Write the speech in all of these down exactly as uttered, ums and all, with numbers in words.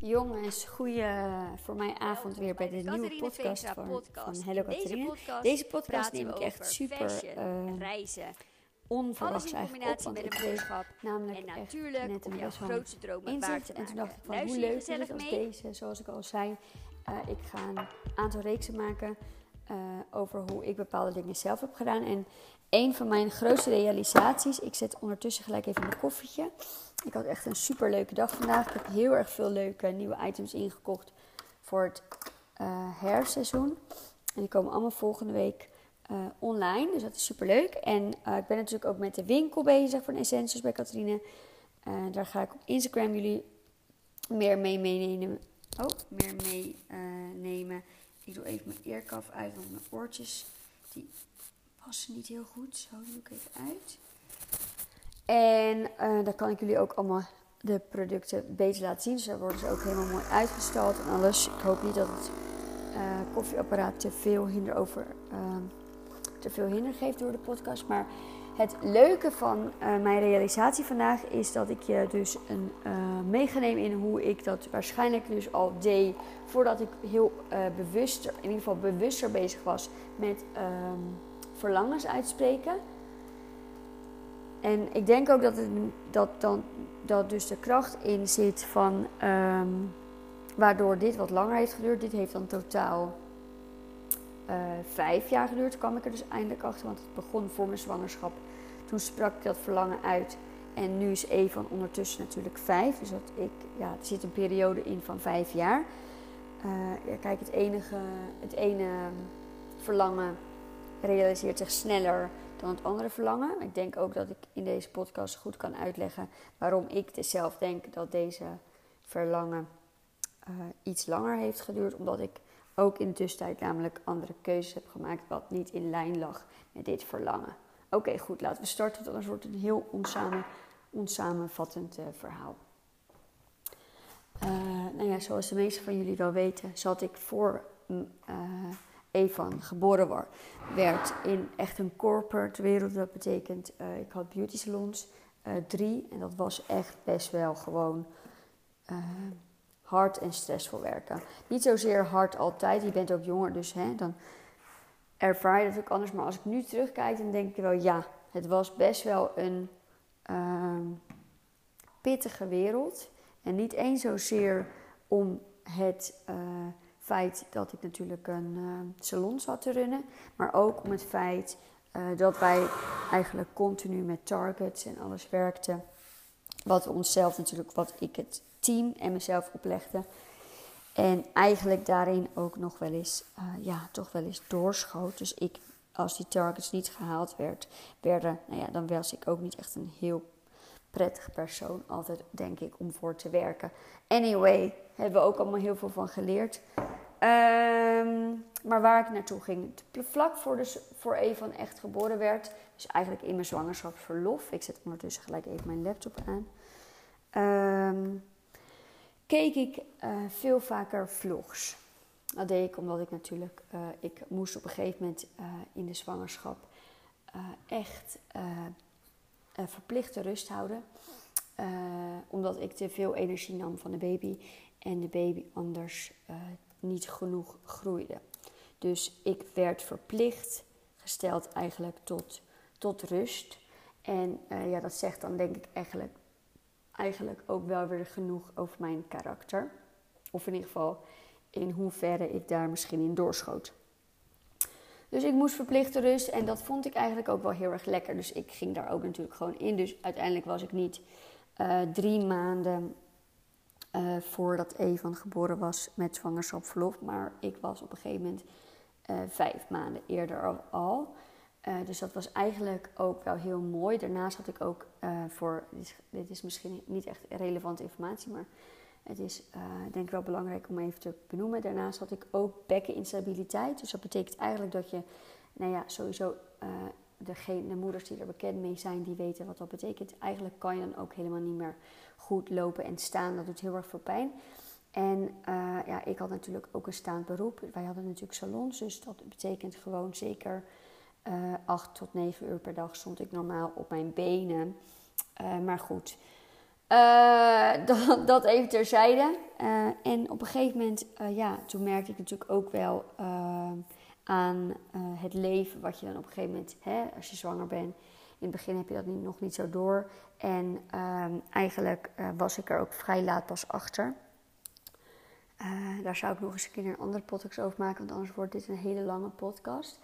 Jongens, goeie voor mijn avond weer bij de nieuwe podcast van, van Hello Catharine. Deze podcast neem ik echt super uh, reizen, onverwachts eigenlijk op, want ik kreeg namelijk en echt net een best wel inzicht. En toen dacht ik van, hoe leuk is het als deze, zoals ik al zei. Uh, ik ga een aantal reeksen maken uh, over hoe ik bepaalde dingen zelf heb gedaan. En een van mijn grootste realisaties, ik zet ondertussen gelijk even mijn koffietje. Ik had echt een super leuke dag vandaag. Ik heb heel erg veel leuke nieuwe items ingekocht voor het uh, herfstseizoen. En die komen allemaal volgende week uh, online, dus dat is super leuk. En uh, ik ben natuurlijk ook met de winkel bezig voor de Essentials bij Catharine. Uh, daar ga ik op Instagram jullie meer mee meenemen. Oh, meer meenemen. Uh, ik doe even mijn earkaf uit, want mijn oortjes die passen niet heel goed. Zo, die doe ik even uit. En uh, daar kan ik jullie ook allemaal de producten beter laten zien. Dus daar worden ze ook helemaal mooi uitgestald en alles. Ik hoop niet dat het uh, koffieapparaat te veel hinder over uh, te veel hinder geeft door de podcast. Maar het leuke van uh, mijn realisatie vandaag is dat ik je dus een uh, meegeneem in hoe ik dat waarschijnlijk dus al deed voordat ik heel uh, bewuster, in ieder geval bewuster bezig was met uh, verlangens uitspreken. En ik denk ook dat, het, dat, dan, dat dus de kracht in zit van um, waardoor dit wat langer heeft geduurd. Dit heeft dan totaal uh, vijf jaar geduurd, kwam ik er dus eindelijk achter. Want het begon voor mijn zwangerschap. Toen sprak ik dat verlangen uit. En nu is Evan ondertussen natuurlijk vijf. Dus dat ik, ja, er zit een periode in van vijf jaar. Uh, ja, kijk, het, enige, het ene verlangen realiseert zich sneller dan het andere verlangen. Ik denk ook dat ik in deze podcast goed kan uitleggen waarom ik dus zelf denk dat deze verlangen uh, iets langer heeft geduurd. Omdat ik ook in de tussentijd namelijk andere keuzes heb gemaakt wat niet in lijn lag met dit verlangen. Oké, okay, goed, laten we starten. Dat wordt een heel onsamen, onsamenvattend uh, verhaal. Uh, nou ja, zoals de meesten van jullie wel weten, zat ik voor Uh, Evan geboren werd in echt een corporate wereld. Dat betekent, uh, ik had beauty salons, uh, drie. En dat was echt best wel gewoon uh, hard en stressvol werken. Niet zozeer hard altijd, je bent ook jonger, dus hè, dan ervaar je dat ook anders. Maar als ik nu terugkijk, dan denk ik wel, ja, het was best wel een uh, pittige wereld. En niet eens zozeer om het Uh, feit dat ik natuurlijk een uh, salon zat te runnen. Maar ook om het feit uh, dat wij eigenlijk continu met targets en alles werkten. Wat we onszelf natuurlijk, wat ik het team en mezelf oplegde. En eigenlijk daarin ook nog wel eens, uh, ja, toch wel eens doorschoot. Dus ik, als die targets niet gehaald werd, werden, nou ja, dan was ik ook niet echt een heel prettige persoon. Altijd, denk ik, om voor te werken. Anyway, hebben we ook allemaal heel veel van geleerd. Um, maar waar ik naartoe ging, vlak voor, de, voor Evan echt geboren werd, dus eigenlijk in mijn zwangerschapsverlof, ik zet ondertussen gelijk even mijn laptop aan, um, keek ik uh, veel vaker vlogs. Dat deed ik omdat ik natuurlijk, uh, ik moest op een gegeven moment uh, in de zwangerschap uh, echt uh, uh, verplichte rust houden. Uh, omdat ik te veel energie nam van de baby en de baby anders uh, niet genoeg groeide. Dus ik werd verplicht gesteld eigenlijk tot, tot rust. En uh, ja, dat zegt dan denk ik eigenlijk, eigenlijk ook wel weer genoeg over mijn karakter. Of in ieder geval in hoeverre ik daar misschien in doorschoot. Dus ik moest verplichte rust en dat vond ik eigenlijk ook wel heel erg lekker. Dus ik ging daar ook natuurlijk gewoon in. Dus uiteindelijk was ik niet uh, drie maanden Uh, voordat Evan geboren was met zwangerschapsverlof. Maar ik was op een gegeven moment uh, vijf maanden eerder al. Uh, dus dat was eigenlijk ook wel heel mooi. Daarnaast had ik ook uh, voor... Dit is, dit is misschien niet echt relevante informatie, maar het is uh, denk ik wel belangrijk om even te benoemen. Daarnaast had ik ook bekkeninstabiliteit. Dus dat betekent eigenlijk dat je, nou ja, sowieso Uh, Degene, de moeders die er bekend mee zijn, die weten wat dat betekent. Eigenlijk kan je dan ook helemaal niet meer goed lopen en staan. Dat doet heel erg veel pijn. En uh, ja, ik had natuurlijk ook een staand beroep. Wij hadden natuurlijk salons, dus dat betekent gewoon zeker uh, acht tot negen uur per dag stond ik normaal op mijn benen. Uh, maar goed, Uh, dat, dat even terzijde. Uh, en op een gegeven moment, uh, ja, toen merkte ik natuurlijk ook wel uh, aan uh, het leven wat je dan op een gegeven moment, hè, als je zwanger bent. In het begin heb je dat niet, nog niet zo door. En uh, eigenlijk uh, was ik er ook vrij laat pas achter. Uh, daar zou ik nog eens een keer een andere podcast over maken, want anders wordt dit een hele lange podcast.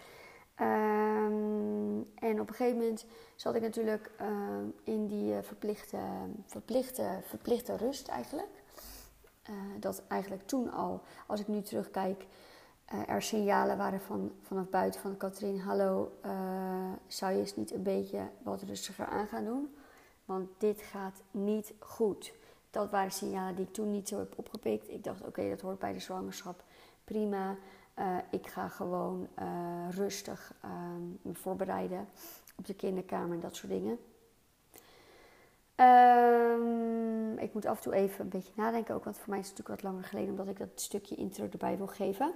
Um, en op een gegeven moment zat ik natuurlijk uh, in die uh, verplichte, verplichte, verplichte rust eigenlijk. Uh, dat eigenlijk toen al, als ik nu terugkijk, uh, er signalen waren van, vanaf buiten van Katrien. Hallo, uh, zou je eens niet een beetje wat rustiger aan gaan doen? Want dit gaat niet goed. Dat waren signalen die ik toen niet zo heb opgepikt. Ik dacht, oké, okay, dat hoort bij de zwangerschap. Prima. Uh, ik ga gewoon uh, rustig uh, me voorbereiden op de kinderkamer en dat soort dingen. Um, ik moet af en toe even een beetje nadenken ook, want voor mij is het natuurlijk wat langer geleden, omdat ik dat stukje intro erbij wil geven.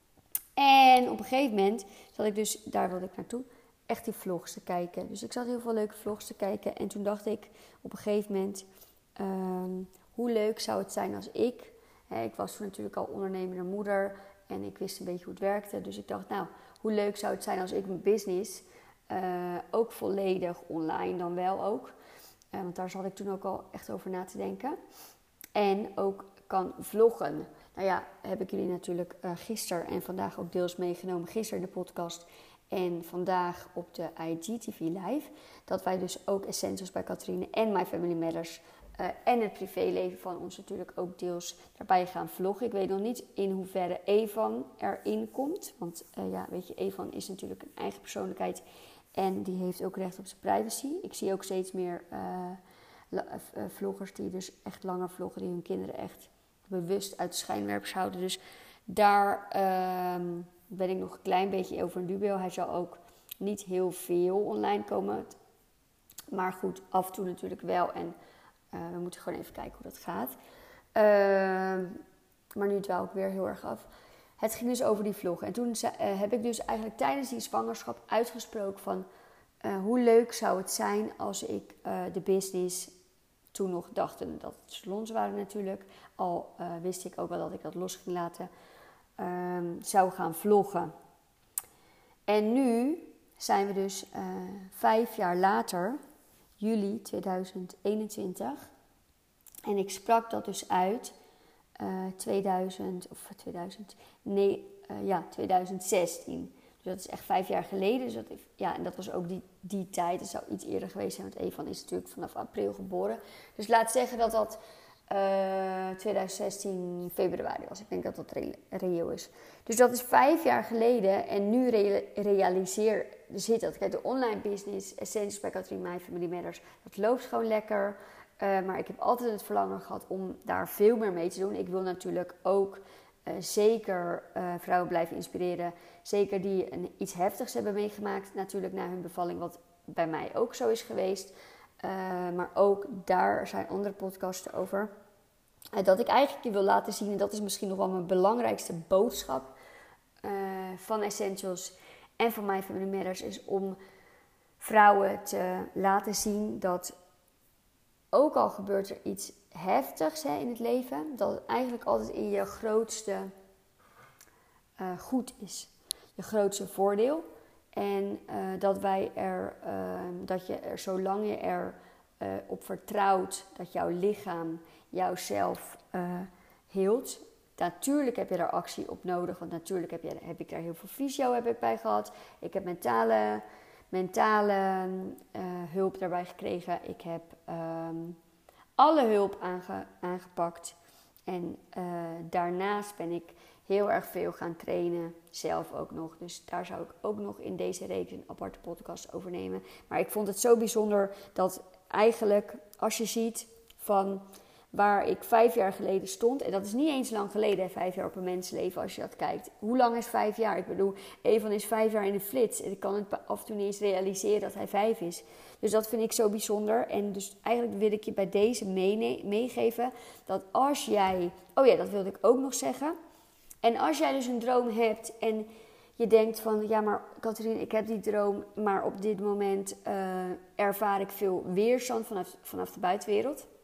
En op een gegeven moment zat ik dus, daar wilde ik naartoe, echt die vlogs te kijken. Dus ik zat heel veel leuke vlogs te kijken en toen dacht ik op een gegeven moment, um, hoe leuk zou het zijn als ik, hè, ik was toen natuurlijk al ondernemende moeder en ik wist een beetje hoe het werkte. Dus ik dacht, nou, hoe leuk zou het zijn als ik mijn business uh, ook volledig online dan wel ook. Uh, want daar zat ik toen ook al echt over na te denken. En ook kan vloggen. Nou ja, heb ik jullie natuurlijk uh, gisteren en vandaag ook deels meegenomen. Gisteren in de podcast en vandaag op de I G T V Live. Dat wij dus ook Essentials bij Katrine en My Family Matters Uh, en het privéleven van ons natuurlijk ook deels daarbij gaan vloggen. Ik weet nog niet in hoeverre Evan erin komt. Want uh, ja, weet je, Evan is natuurlijk een eigen persoonlijkheid. En die heeft ook recht op zijn privacy. Ik zie ook steeds meer uh, la- uh, vloggers die dus echt langer vloggen. Die hun kinderen echt bewust uit de schijnwerpers houden. Dus daar uh, ben ik nog een klein beetje over in dubio. Hij zal ook niet heel veel online komen. Maar goed, af en toe natuurlijk wel. En Uh, we moeten gewoon even kijken hoe dat gaat. Uh, maar nu dwaal ik weer heel erg af. Het ging dus over die vlog. En toen uh, heb ik dus eigenlijk tijdens die zwangerschap uitgesproken van uh, hoe leuk zou het zijn als ik uh, de business, toen nog dachten dat het salons waren natuurlijk, al uh, wist ik ook wel dat ik dat los ging laten, uh, zou gaan vloggen. En nu zijn we dus uh, vijf jaar later, juli tweeduizend eenentwintig. En ik sprak dat dus uit uh, tweeduizend, of tweeduizend, nee, uh, ja, tweeduizend zestien. Dus dat is echt vijf jaar geleden. Dus dat, ja, en dat was ook die, die tijd. Het zou iets eerder geweest zijn, want Evan is natuurlijk vanaf april geboren. Dus laat zeggen dat dat uh, tweeduizend zestien februari was. Ik denk dat dat re- reëel is. Dus dat is vijf jaar geleden. En nu re- realiseer zit dat. Kijk, de online business, Essentials bij Katrien, My Family Matters, dat loopt gewoon lekker. Uh, maar ik heb altijd het verlangen gehad om daar veel meer mee te doen. Ik wil natuurlijk ook uh, zeker uh, vrouwen blijven inspireren. Zeker die een, iets heftigs hebben meegemaakt. Natuurlijk na hun bevalling, wat bij mij ook zo is geweest. Uh, maar ook daar zijn andere podcasts over. Uh, dat ik eigenlijk je wil laten zien, en dat is misschien nog wel mijn belangrijkste boodschap uh, van Essentials en van My Family Matters, is om vrouwen te laten zien dat ook al gebeurt er iets heftigs hè, in het leven, dat het eigenlijk altijd in je grootste uh, goed is. Je grootste voordeel. En uh, dat wij er, uh, dat je er, zolang je er uh, op vertrouwt dat jouw lichaam jouzelf uh, heelt. Natuurlijk heb je daar actie op nodig, want natuurlijk heb, je, heb ik daar heel veel fysio heb ik bij gehad. Ik heb mentale, mentale uh, hulp daarbij gekregen. Ik heb um, alle hulp aange, aangepakt. En uh, daarnaast ben ik heel erg veel gaan trainen, zelf ook nog. Dus daar zou ik ook nog in deze reeks een aparte podcast over nemen. Maar ik vond het zo bijzonder dat eigenlijk, als je ziet van waar ik vijf jaar geleden stond, en dat is niet eens lang geleden, vijf jaar op een mensenleven als je dat kijkt. Hoe lang is vijf jaar? Ik bedoel, Evan is vijf jaar in de flits. En ik kan het af en toe niet eens realiseren dat hij vijf is. Dus dat vind ik zo bijzonder. En dus eigenlijk wil ik je bij deze meene- meegeven dat als jij, oh ja, dat wilde ik ook nog zeggen. En als jij dus een droom hebt en je denkt van, ja maar Katrien, ik heb die droom, maar op dit moment uh, ervaar ik veel weerstand vanaf, vanaf de buitenwereld.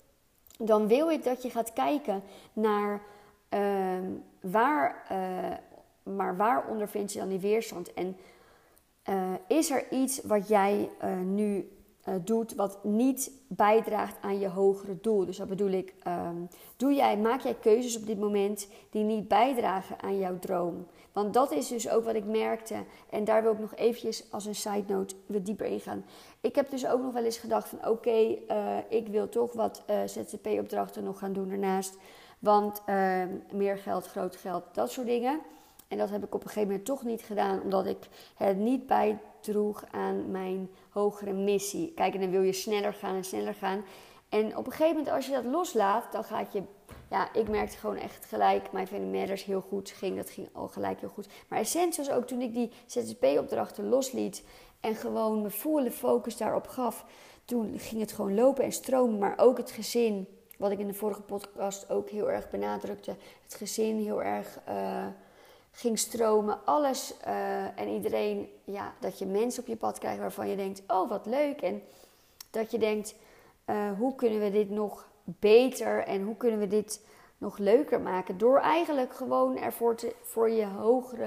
dan wil ik dat je gaat kijken naar uh, waar, uh, maar waaronder vind je dan die weerstand? En uh, is er iets wat jij uh, nu uh, doet wat niet bijdraagt aan je hogere doel? Dus dat bedoel ik, um, doe jij, maak jij keuzes op dit moment die niet bijdragen aan jouw droom? Want dat is dus ook wat ik merkte. En daar wil ik nog eventjes als een side note wat dieper ingaan. Ik heb dus ook nog wel eens gedacht van oké, okay, uh, ik wil toch wat uh, Z Z P-opdrachten nog gaan doen daarnaast. Want uh, meer geld, groot geld, dat soort dingen. En dat heb ik op een gegeven moment toch niet gedaan. Omdat ik het niet bijdroeg aan mijn hogere missie. Kijk, en dan wil je sneller gaan en sneller gaan. En op een gegeven moment als je dat loslaat, dan gaat je... Ja, ik merkte gewoon echt gelijk, mijn Family Matters heel goed ging. Dat ging al gelijk heel goed. Maar essentie was ook toen ik die Z Z P-opdrachten losliet en gewoon mijn volle focus daarop gaf. Toen ging het gewoon lopen en stromen. Maar ook het gezin, wat ik in de vorige podcast ook heel erg benadrukte. Het gezin heel erg uh, ging stromen. Alles uh, en iedereen, ja, dat je mensen op je pad krijgt waarvan je denkt, oh wat leuk. En dat je denkt, uh, hoe kunnen we dit nog beter en hoe kunnen we dit nog leuker maken? Door eigenlijk gewoon ervoor te, voor je hogere,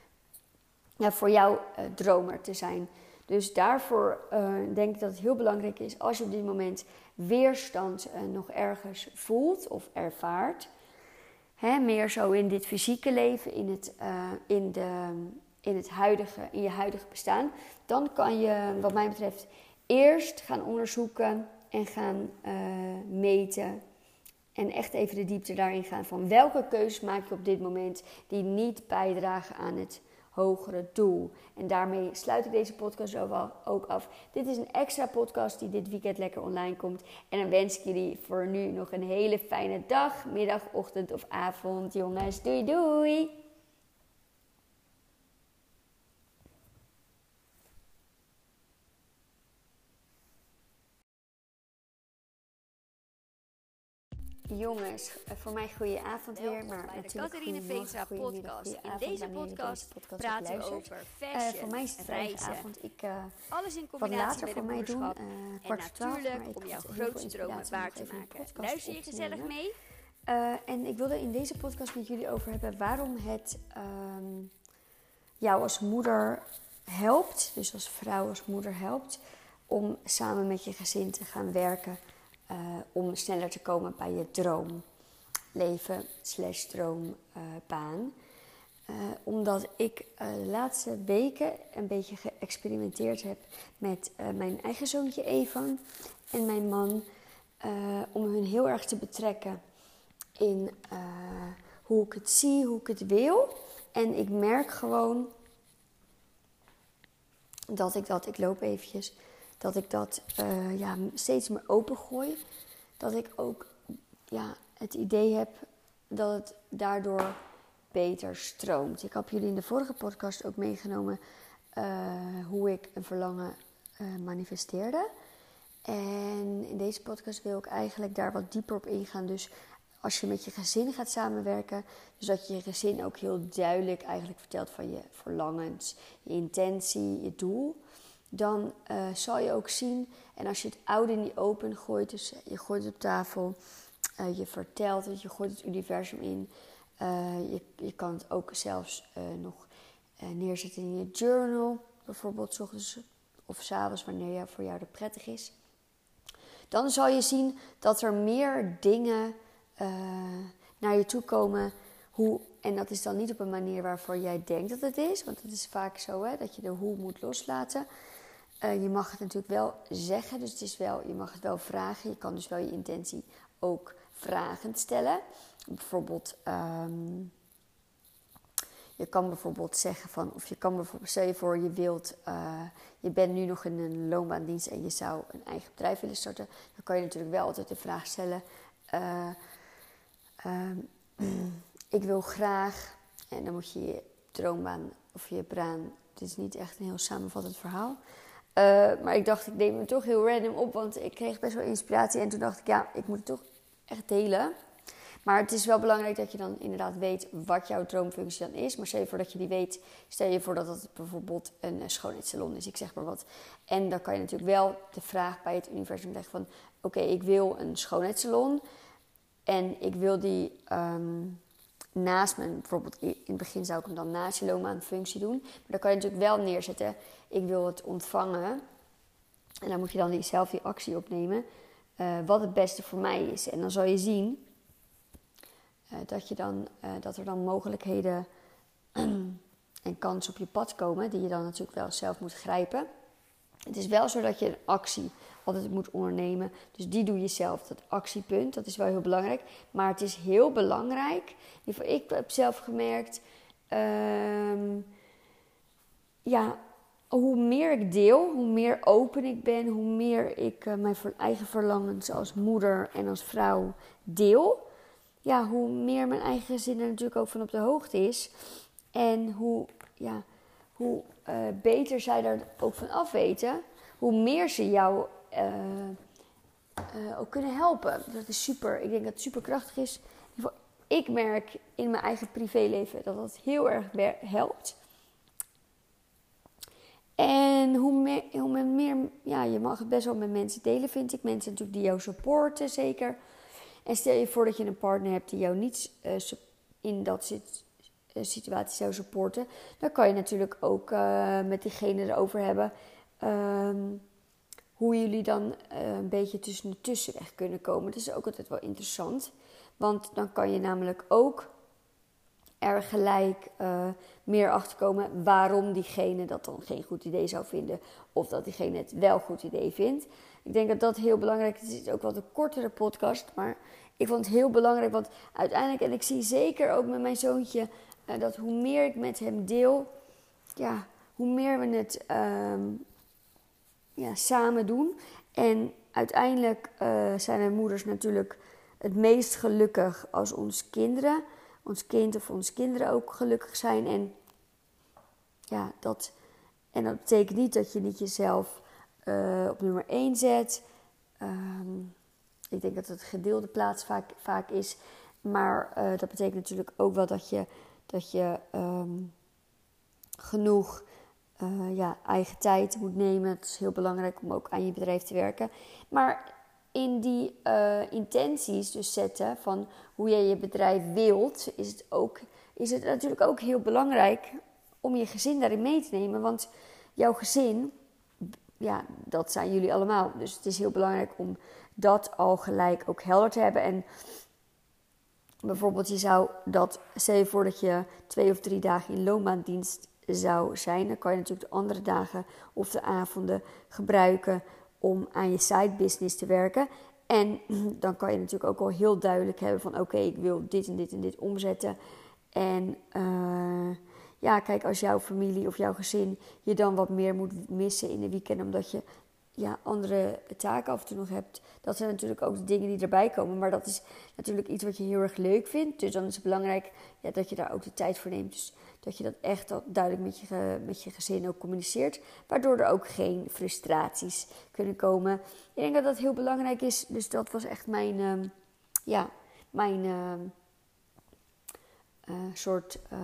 ja, voor jouw uh, dromer te zijn. Dus daarvoor uh, denk ik dat het heel belangrijk is als je op dit moment weerstand uh, nog ergens voelt of ervaart. Hè, meer zo in dit fysieke leven, in het, uh, in, de, in, het huidige, in je huidige bestaan. Dan kan je, wat mij betreft, eerst gaan onderzoeken en gaan uh, meten. En echt even de diepte daarin gaan van welke keuzes maak je op dit moment die niet bijdragen aan het hogere doel. En daarmee sluit ik deze podcast ook af. Dit is een extra podcast die dit weekend lekker online komt. En dan wens ik jullie voor nu nog een hele fijne dag, middag, ochtend of avond. Jongens, doei doei! Jongens, voor mij goede avond weer, maar bij natuurlijk de Catharine Veenstra podcast. In deze podcast, podcast praten we over fashion, uh, voor mij is het reizen, avond. Ik uh, alles in wat combinatie later met voor mij doen, uh, en natuurlijk om jouw grootste dromen waar te maken. Luister je gezellig mee? Uh, en ik wilde in deze podcast met jullie over hebben waarom het um, jou als moeder helpt, dus als vrouw als moeder helpt, om samen met je gezin te gaan werken. Uh, om sneller te komen bij je droomleven slash droombaan. Uh, uh, omdat ik uh, de laatste weken een beetje geëxperimenteerd heb met uh, mijn eigen zoontje Evan en mijn man. Uh, om hun heel erg te betrekken in uh, hoe ik het zie, hoe ik het wil. En ik merk gewoon dat ik dat, ik loop eventjes... dat ik dat uh, ja, steeds meer opengooi. Dat ik ook ja, het idee heb dat het daardoor beter stroomt. Ik heb jullie in de vorige podcast ook meegenomen uh, hoe ik een verlangen uh, manifesteerde. En in deze podcast wil ik eigenlijk daar wat dieper op ingaan. Dus als je met je gezin gaat samenwerken, dus dat je je gezin ook heel duidelijk eigenlijk vertelt van je verlangens, je intentie, je doel. Dan uh, zal je ook zien, en als je het oude niet open gooit, dus je gooit het op tafel, uh, je vertelt het, je gooit het universum in. Uh, je, je kan het ook zelfs uh, nog uh, neerzetten in je journal, bijvoorbeeld 's ochtends of 's avonds, wanneer jou, voor jou dat prettig is. Dan zal je zien dat er meer dingen uh, naar je toe komen. Hoe, en dat is dan niet op een manier waarvoor jij denkt dat het is, want het is vaak zo hè, dat je de hoe moet loslaten. Uh, je mag het natuurlijk wel zeggen, dus het is wel, je mag het wel vragen. Je kan dus wel je intentie ook vragend stellen. Bijvoorbeeld, um, je kan bijvoorbeeld zeggen van, of je kan bijvoorbeeld, stel je voor je wilt, uh, je bent nu nog in een loonbaandienst en je zou een eigen bedrijf willen starten. Dan kan je natuurlijk wel altijd de vraag stellen, uh, um, ik wil graag, en dan moet je je droombaan of je baan, het is niet echt een heel samenvattend verhaal. Uh, maar ik dacht, ik neem hem toch heel random op, want ik kreeg best wel inspiratie. En toen dacht ik, ja, ik moet het toch echt delen. Maar het is wel belangrijk dat je dan inderdaad weet wat jouw droomfunctie dan is. Maar stel je voor dat je die weet, stel je voor dat het bijvoorbeeld een schoonheidssalon is, ik zeg maar wat. En dan kan je natuurlijk wel de vraag bij het universum leggen van, oké, okay, ik wil een schoonheidssalon en ik wil die um, naast mijn, bijvoorbeeld in het begin zou ik hem dan naast je loonbaanfunctie doen. Maar dan kan je natuurlijk wel neerzetten, ik wil het ontvangen. En dan moet je dan die, zelf die actie opnemen, uh, wat het beste voor mij is. En dan zal je zien uh, dat, je dan, uh, dat er dan mogelijkheden en kansen op je pad komen, die je dan natuurlijk wel zelf moet grijpen. Het is wel zo dat je een actie altijd moet ondernemen. Dus die doe je zelf, dat actiepunt. Dat is wel heel belangrijk. Maar het is heel belangrijk. In ieder geval, ik heb zelf gemerkt, um, ja, hoe meer ik deel, hoe meer open ik ben, hoe meer ik uh, mijn eigen verlangens als moeder en als vrouw deel. Ja, hoe meer mijn eigen gezin er natuurlijk ook van op de hoogte is. En hoe, ja, hoe uh, beter zij daar ook van af weten, hoe meer ze jou uh, uh, ook kunnen helpen. Dat is super. Ik denk dat het super krachtig is. Ik merk in mijn eigen privéleven dat dat heel erg helpt. En hoe meer, hoe meer, ja, je mag het best wel met mensen delen, vind ik. Mensen natuurlijk die jou supporten, zeker. En stel je voor dat je een partner hebt die jou niet uh, in dat zit. situatie zou supporten, dan kan je natuurlijk ook uh, met diegene erover hebben um, hoe jullie dan uh, een beetje tussen de tussenweg kunnen komen. Dat is ook altijd wel interessant, want dan kan je namelijk ook er gelijk uh, meer achter komen waarom diegene dat dan geen goed idee zou vinden of dat diegene het wel een goed idee vindt. Ik denk dat dat heel belangrijk is. Het is ook wel een kortere podcast, maar ik vond het heel belangrijk, want uiteindelijk, en ik zie zeker ook met mijn zoontje, Uh, dat hoe meer ik met hem deel, ja, hoe meer we het um, ja, samen doen. En uiteindelijk uh, zijn mijn moeders natuurlijk het meest gelukkig als onze kinderen, ons kind of onze kinderen ook gelukkig zijn. En ja, dat, en dat betekent niet dat je niet jezelf uh, op nummer één zet. Um, ik denk dat het gedeelde plaats vaak, vaak is. Maar uh, dat betekent natuurlijk ook wel dat je Dat je um, genoeg uh, ja, eigen tijd moet nemen. Het is heel belangrijk om ook aan je bedrijf te werken. Maar in die uh, intenties dus zetten van hoe jij je bedrijf wilt, is het, ook, is het natuurlijk ook heel belangrijk om je gezin daarin mee te nemen. Want jouw gezin, ja, dat zijn jullie allemaal. Dus het is heel belangrijk om dat al gelijk ook helder te hebben. En bijvoorbeeld, je zou dat, stel je voor dat je twee of drie dagen in loonbaandienst zou zijn. Dan kan je natuurlijk de andere dagen of de avonden gebruiken om aan je side business te werken. En dan kan je natuurlijk ook al heel duidelijk hebben van oké, okay, ik wil dit en dit en dit omzetten. En uh, ja, kijk, als jouw familie of jouw gezin je dan wat meer moet missen in de weekend, omdat je ja, andere taken af en toe nog hebt. Dat zijn natuurlijk ook de dingen die erbij komen. Maar dat is natuurlijk iets wat je heel erg leuk vindt. Dus dan is het belangrijk ja, dat je daar ook de tijd voor neemt. Dus dat je dat echt duidelijk met je, met je gezin ook communiceert. Waardoor er ook geen frustraties kunnen komen. Ik denk dat dat heel belangrijk is. Dus dat was echt mijn, uh, ja, mijn uh, uh, soort... Uh,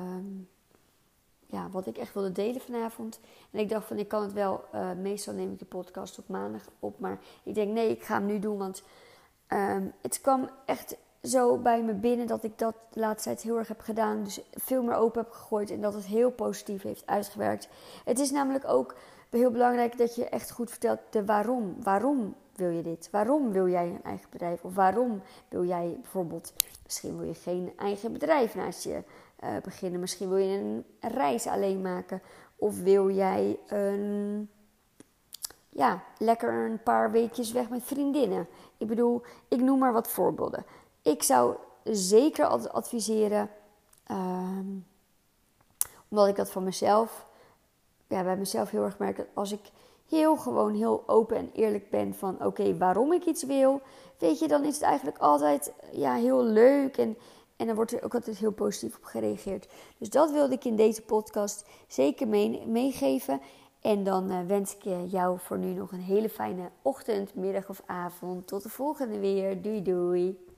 Ja, wat ik echt wilde delen vanavond. En ik dacht van, ik kan het wel... Uh, meestal neem ik de podcast op maandag op. Maar ik denk, nee, ik ga hem nu doen. Want um, het kwam echt zo bij me binnen dat ik dat de laatste tijd heel erg heb gedaan. Dus veel meer open heb gegooid. En dat het heel positief heeft uitgewerkt. Het is namelijk ook heel belangrijk dat je echt goed vertelt de waarom. Waarom wil je dit? Waarom wil jij een eigen bedrijf? Of waarom wil jij bijvoorbeeld... Misschien wil je geen eigen bedrijf naast je... Uh, beginnen. Misschien wil je een reis alleen maken. Of wil jij een, ja, lekker een paar weekjes weg met vriendinnen. Ik bedoel, ik noem maar wat voorbeelden. Ik zou zeker altijd adviseren, um, omdat ik dat van mezelf, ja, bij mezelf heel erg merk, dat als ik heel gewoon heel open en eerlijk ben van oké, okay, waarom ik iets wil, weet je, dan is het eigenlijk altijd ja, heel leuk en En dan wordt er ook altijd heel positief op gereageerd. Dus dat wilde ik in deze podcast zeker mee, meegeven. En dan uh, wens ik jou voor nu nog een hele fijne ochtend, middag of avond. Tot de volgende weer. Doei doei.